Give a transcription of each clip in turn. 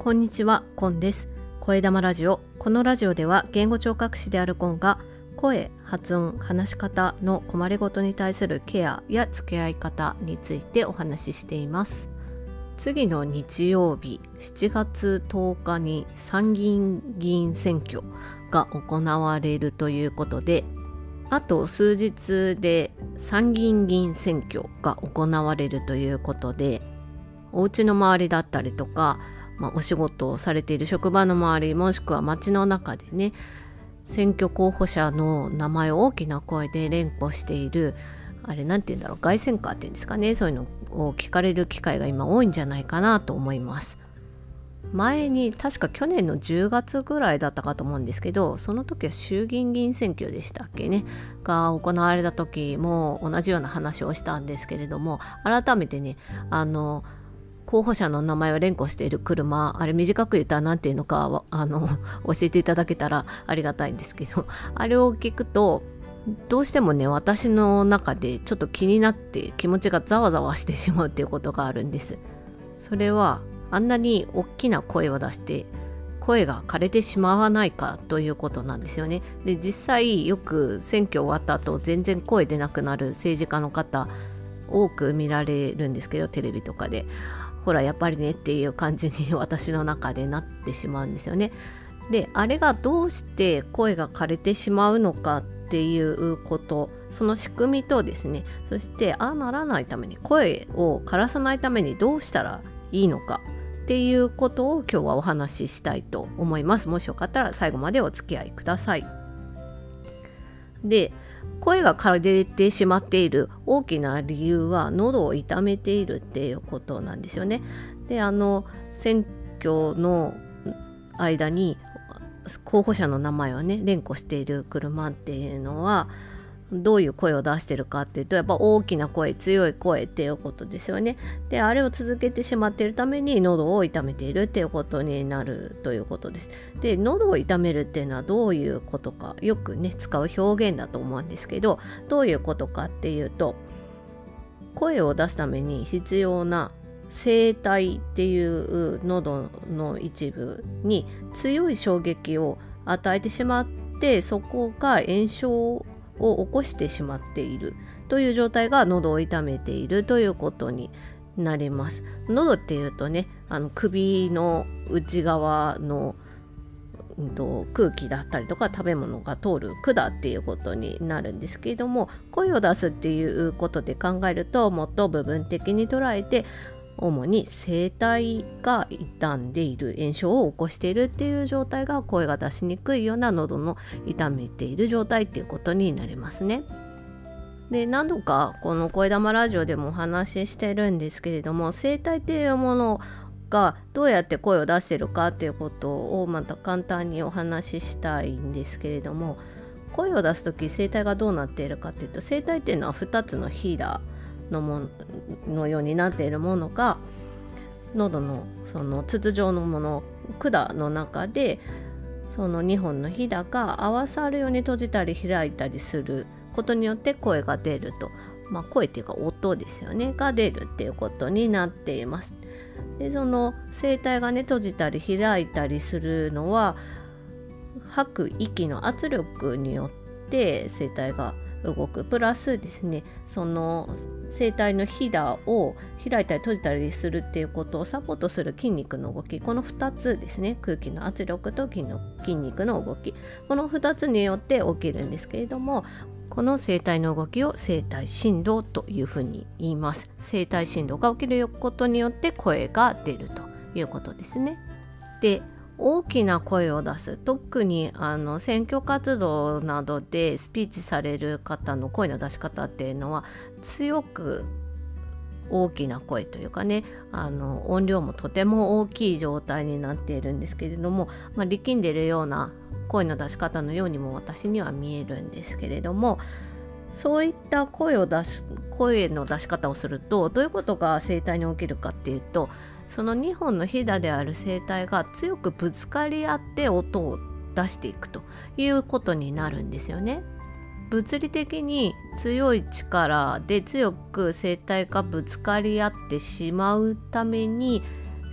こんにちは、コンです。声玉ラジオ。このラジオでは言語聴覚士であるコンが声、発音、話し方の困りごとに対するケアや付き合い方についてお話ししています。次の日曜日7月10日に参議院議員選挙が行われるということで、あと数日で参議院議員選挙が行われるということで、お家の周りだったりとか、お仕事をされている職場の周り、もしくは街の中でね、選挙候補者の名前を大きな声で連呼している、なんて言うんだろう、凱旋カーっていうんですかね、そういうのを聞かれる機会が今多いんじゃないかなと思います。前に確か去年の10月ぐらいだったかと思うんですけど、その時は衆議院議員選挙でしたっけねが行われた時も同じような話をしたんですけれども、改めてね、候補者の名前を連呼している車、あれ短く言ったら何ていうのか教えていただけたらありがたいんですけど、あれを聞くとどうしてもね、私の中でちょっと気になって気持ちがざわざわしてしまうっていうことがあるんです。それはあんなに大きな声を出して声が枯れてしまわないかということなんですよね。で、実際よく選挙終わった後全然声出なくなる政治家の方多く見られるんですけど、テレビとかでほらやっぱりねっていう感じに私の中でなってしまうんですよね。で、あれがどうして声が枯れてしまうのかっていうこと、その仕組みとですね、そしてならないために、声を枯らさないためにどうしたらいいのかっていうことを今日はお話ししたいと思います。もしよかったら最後までお付き合いください。で、声が枯れてしまっている大きな理由は喉を痛めているっていうことなんですよね。で、選挙の間に候補者の名前をね連呼している車っていうのはどういう声を出してるかっていうと、やっぱ大きな声、強い声っていうことですよね。で、あれを続けてしまっているために喉を痛めているっていうことになるということです。で、喉を痛めるっていうのはどういうことか、よくね使う表現だと思うんですけど、どういうことかっていうと、声を出すために必要な声帯っていう喉の一部に強い衝撃を与えてしまって、そこが炎症を起こしてしまっているという状態が喉を痛めているということになります。喉っていうとね、首の内側の、空気だったりとか食べ物が通る管っていうことになるんですけれども、声を出すっていうことで考えると、もっと部分的に捉えて、主に声帯が傷んでいる、炎症を起こしているっていう状態が声が出しにくいような喉の痛めている状態っていうことになりますね。で、何度かこの声玉ラジオでもお話ししてるんですけれども、声帯っていうものがどうやって声を出しているかっていうことをまた簡単にお話ししたいんですけれども、声を出すとき声帯がどうなっているかっていうと、声帯っていうのは2つのヒダのようになっているものが喉のその筒状のもの、管の中でその2本のひだが合わさるように閉じたり開いたりすることによって声が出ると、声っていうか音ですよねが出るっていうことになっています。で、その声帯がね閉じたり開いたりするのは吐く息の圧力によって声帯が動く、プラスですね、その声帯のひだを開いたり閉じたりするっていうことをサポートする筋肉の動き、この2つですね、空気の圧力と筋肉の動き、この2つによって起きるんですけれども、この声帯の動きを声帯振動というふうに言います。声帯振動が起きることによって声が出るということですね。で、大きな声を出す、特に選挙活動などでスピーチされる方の声の出し方っていうのは、強く大きな声というかね、音量もとても大きい状態になっているんですけれども、力んでいるような声の出し方のようにも私には見えるんですけれども、そういった声の出し方をするとどういうことが声帯に起きるかっていうと、その2本のひだである声帯が強くぶつかり合って音を出していくということになるんですよね。物理的に強い力で強く声帯がぶつかり合ってしまうために、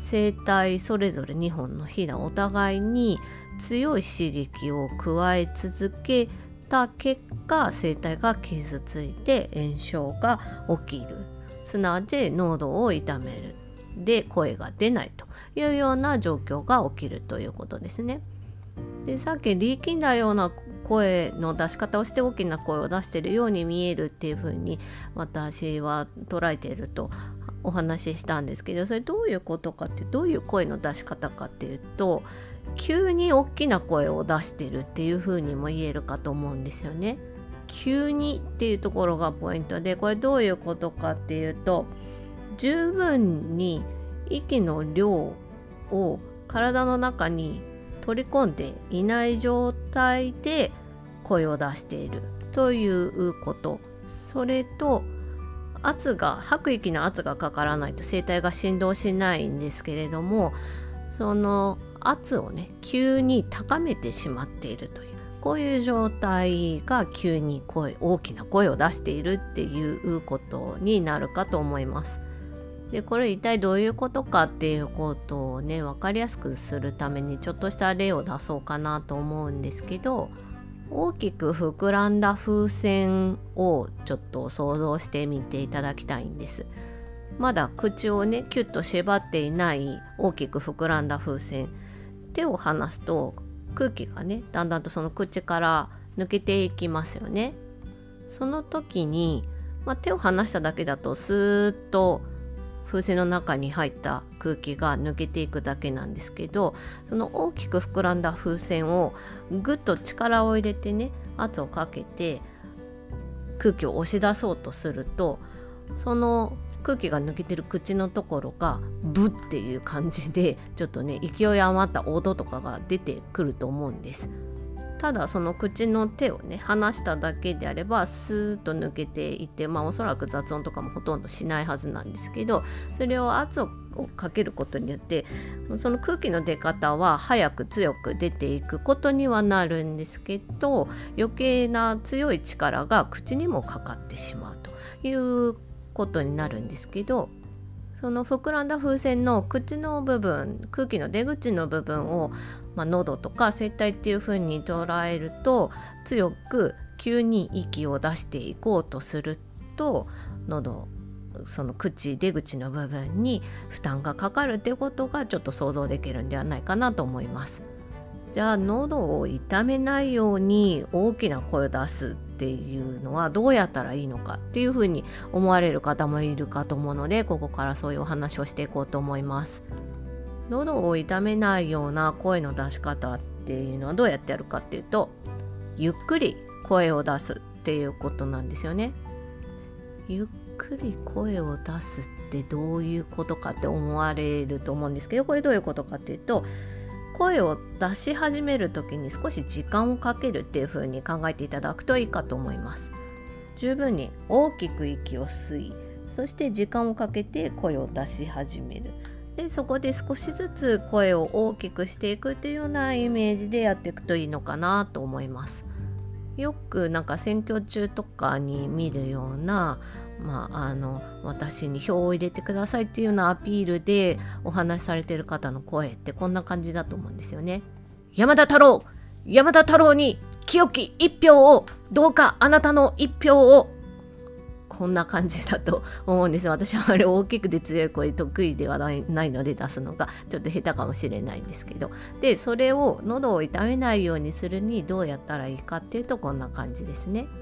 声帯それぞれ2本のひだお互いに強い刺激を加え続けた結果、声帯が傷ついて炎症が起きる、すなわち喉を痛めるで声が出ないというような状況が起きるということですね。で、さっき力んだような声の出し方をして大きな声を出しているように見えるっていう風に私は捉えているとお話ししたんですけど、それどういうことかって、どういう声の出し方かっていうと、急に大きな声を出してるっていう風にも言えるかと思うんですよね。急にっていうところがポイントで、これどういうことかっていうと、十分に息の量を体の中に取り込んでいない状態で声を出しているということ、それと吐く息の圧がかからないと声帯が振動しないんですけれども、その圧をね急に高めてしまっているという、こういう状態が急に大きな声を出しているっていうことになるかと思います。で、これ一体どういうことかっていうことをね分かりやすくするためにちょっとした例を出そうかなと思うんですけど、大きく膨らんだ風船をちょっと想像してみていただきたいんです。まだ口をねキュッと縛っていない大きく膨らんだ風船、手を離すと空気がねだんだんとその口から抜けていきますよね。その時に、手を離しただけだとスーッと風船の中に入った空気が抜けていくだけなんですけど、その大きく膨らんだ風船をぐっと力を入れてね圧をかけて空気を押し出そうとすると、その空気が抜けてる口のところがブッっていう感じでちょっとね勢い余った音とかが出てくると思うんです。ただその口の手をね離しただけであればスーッと抜けていて、おそらく雑音とかもほとんどしないはずなんですけど、それを圧をかけることによってその空気の出方は早く強く出ていくことにはなるんですけど、余計な強い力が口にもかかってしまうということになるんですけど、その膨らんだ風船の口の部分、空気の出口の部分を、喉とか声帯っていう風に捉えると、強く急に息を出していこうとすると喉、その出口の部分に負担がかかるっていうことがちょっと想像できるんではないかなと思います。じゃあ喉を痛めないように大きな声を出すっていうのはどうやったらいいのかっていうふうに思われる方もいるかと思うので、ここからそういうお話をしていこうと思います。喉を痛めないような声の出し方っていうのはどうやってやるかっていうと、ゆっくり声を出すっていうことなんですよね。ゆっくり声を出すってどういうことかって思われると思うんですけど、これどういうことかっていうと、声を出し始める時に少し時間をかけるっていう風に考えていただくといいかと思います。十分に大きく息を吸い、そして時間をかけて声を出し始める。で、そこで少しずつ声を大きくしていくっていうようなイメージでやっていくといいのかなと思います。よく選挙中とかに見るような、私に票を入れてくださいっていうようなアピールでお話しされている方の声ってこんな感じだと思うんですよね。山田太郎に清き一票を、どうかあなたの一票を、こんな感じだと思うんです。私はあまり大きくて強い声得意ではないので出すのがちょっと下手かもしれないんですけど、でそれを喉を痛めないようにするにどうやったらいいかっていうと、こんな感じですね。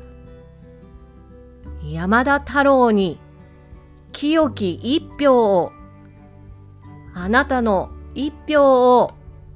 山田太郎に清き一票を、あなたの一票を。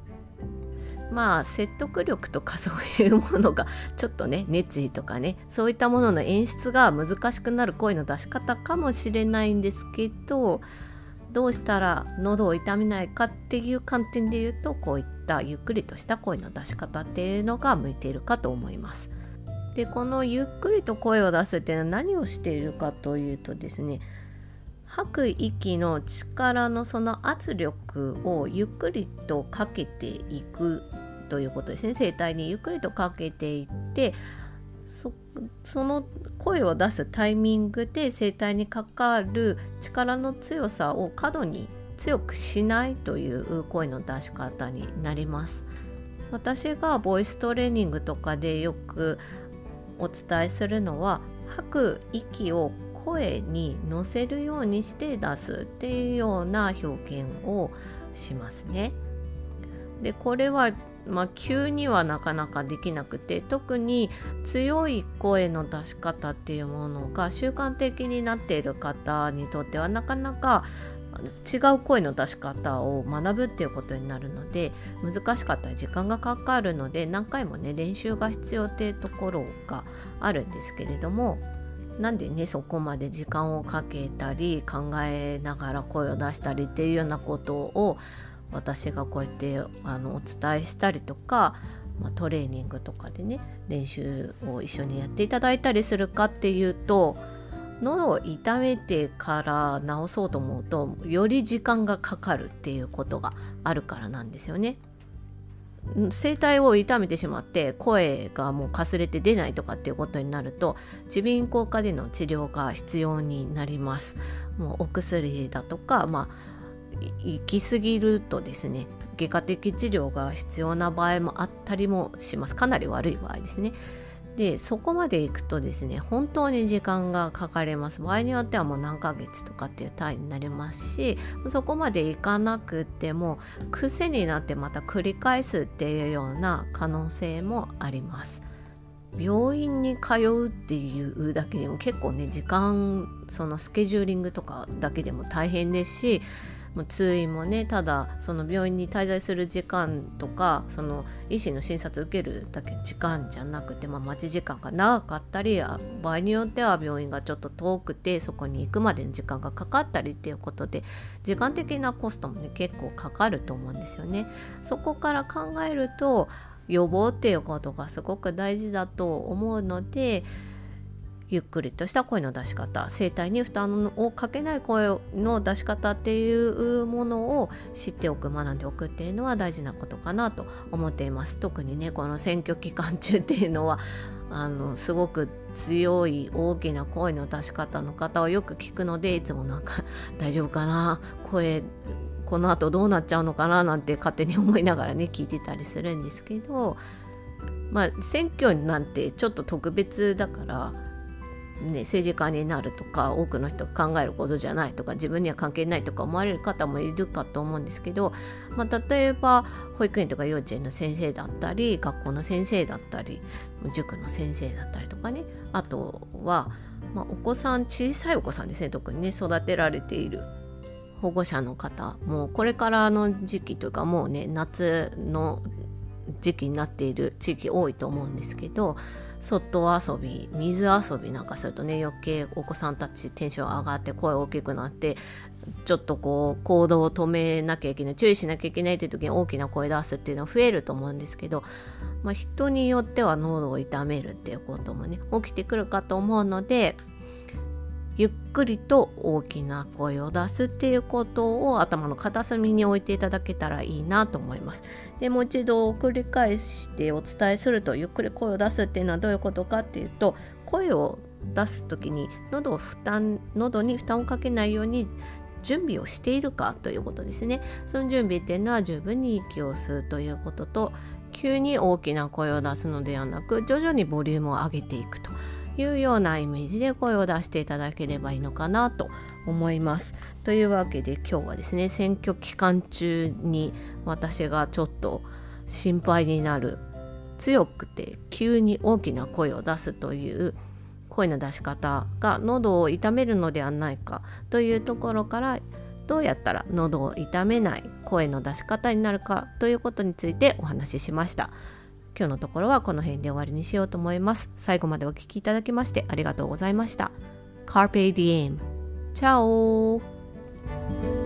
説得力とかそういうものがちょっとね、熱意とかね、そういったものの演出が難しくなる声の出し方かもしれないんですけど、どうしたら喉を痛めないかっていう観点で言うと、こういったゆっくりとした声の出し方っていうのが向いているかと思います。で、このゆっくりと声を出すっていうのは何をしているかというとですね、吐く息の力のその圧力をゆっくりとかけていくということですね。声帯にゆっくりとかけていって、その声を出すタイミングで声帯にかかる力の強さを過度に強くしないという声の出し方になります。私がボイストレーニングとかでよくお伝えするのは、吐く息を声に乗せるようにして出すっていうような表現をしますね。でこれは急にはなかなかできなくて、特に強い声の出し方っていうものが習慣的になっている方にとってはなかなか違う声の出し方を学ぶっていうことになるので、難しかったり時間がかかるので、何回もね練習が必要っていうところがあるんですけれども、なんでねそこまで時間をかけたり考えながら声を出したりっていうようなことを私がこうやってお伝えしたりとか、トレーニングとかでね練習を一緒にやっていただいたりするかっていうと、喉を痛めてから治そうと思うとより時間がかかるっていうことがあるからなんですよね。声帯を痛めてしまって声がもうかすれて出ないとかっていうことになると、耳鼻咽喉科での治療が必要になります。もうお薬だとか、行き過ぎるとですね、外科的治療が必要な場合もあったりもします。かなり悪い場合ですね。でそこまで行くとですね、本当に時間がかかります。場合によってはもう何ヶ月とかっていう単位になりますし、そこまでいかなくても癖になってまた繰り返すっていうような可能性もあります。病院に通うっていうだけでも結構ね時間、そのスケジューリングとかだけでも大変ですし、もう通院もね、ただその病院に滞在する時間とか、その医師の診察受けるだけの時間じゃなくて、待ち時間が長かったり、場合によっては病院がちょっと遠くてそこに行くまでの時間がかかったりっていうことで、時間的なコストもね結構かかると思うんですよね。そこから考えると予防っていうことがすごく大事だと思うので、ゆっくりとした声の出し方、声帯に負担をかけない声の出し方っていうものを知っておく、学んでおくっていうのは大事なことかなと思っています。特にねこの選挙期間中っていうのはすごく強い大きな声の出し方の方をよく聞くので、いつもなんか大丈夫かな、声この後どうなっちゃうのかななんて勝手に思いながらね聞いてたりするんですけど、選挙なんてちょっと特別だから政治家になるとか多くの人が考えることじゃないとか、自分には関係ないとか思われる方もいるかと思うんですけど、例えば保育園とか幼稚園の先生だったり、学校の先生だったり、塾の先生だったりとかね、あとは、お子さん、小さいお子さんですね、特にね育てられている保護者の方もこれからの時期というか、もうね夏の時期になっている地域多いと思うんですけど、外遊び、水遊びなんかするとね、余計お子さんたちテンション上がって声大きくなって、ちょっと行動を止めなきゃいけない、注意しなきゃいけないっていう時に大きな声出すっていうのは増えると思うんですけど、人によっては喉を痛めるっていうこともね起きてくるかと思うので、ゆっくりと大きな声を出すっていうことを頭の片隅に置いていただけたらいいなと思います。でもう一度繰り返してお伝えすると、ゆっくり声を出すっていうのはどういうことかっていうと、声を出すときに喉に負担をかけないように準備をしているかということですね。その準備っていうのは十分に息を吸うということと、急に大きな声を出すのではなく徐々にボリュームを上げていくというようなイメージで声を出していただければいいのかなと思います。というわけで今日はですね、選挙期間中に私がちょっと心配になる、強くて急に大きな声を出すという声の出し方が喉を痛めるのではないかというところから、どうやったら喉を痛めない声の出し方になるかということについてお話ししました。今日のところはこの辺で終わりにしようと思います。最後までお聞きいただきましてありがとうございました。Carpe Diem。チャオ。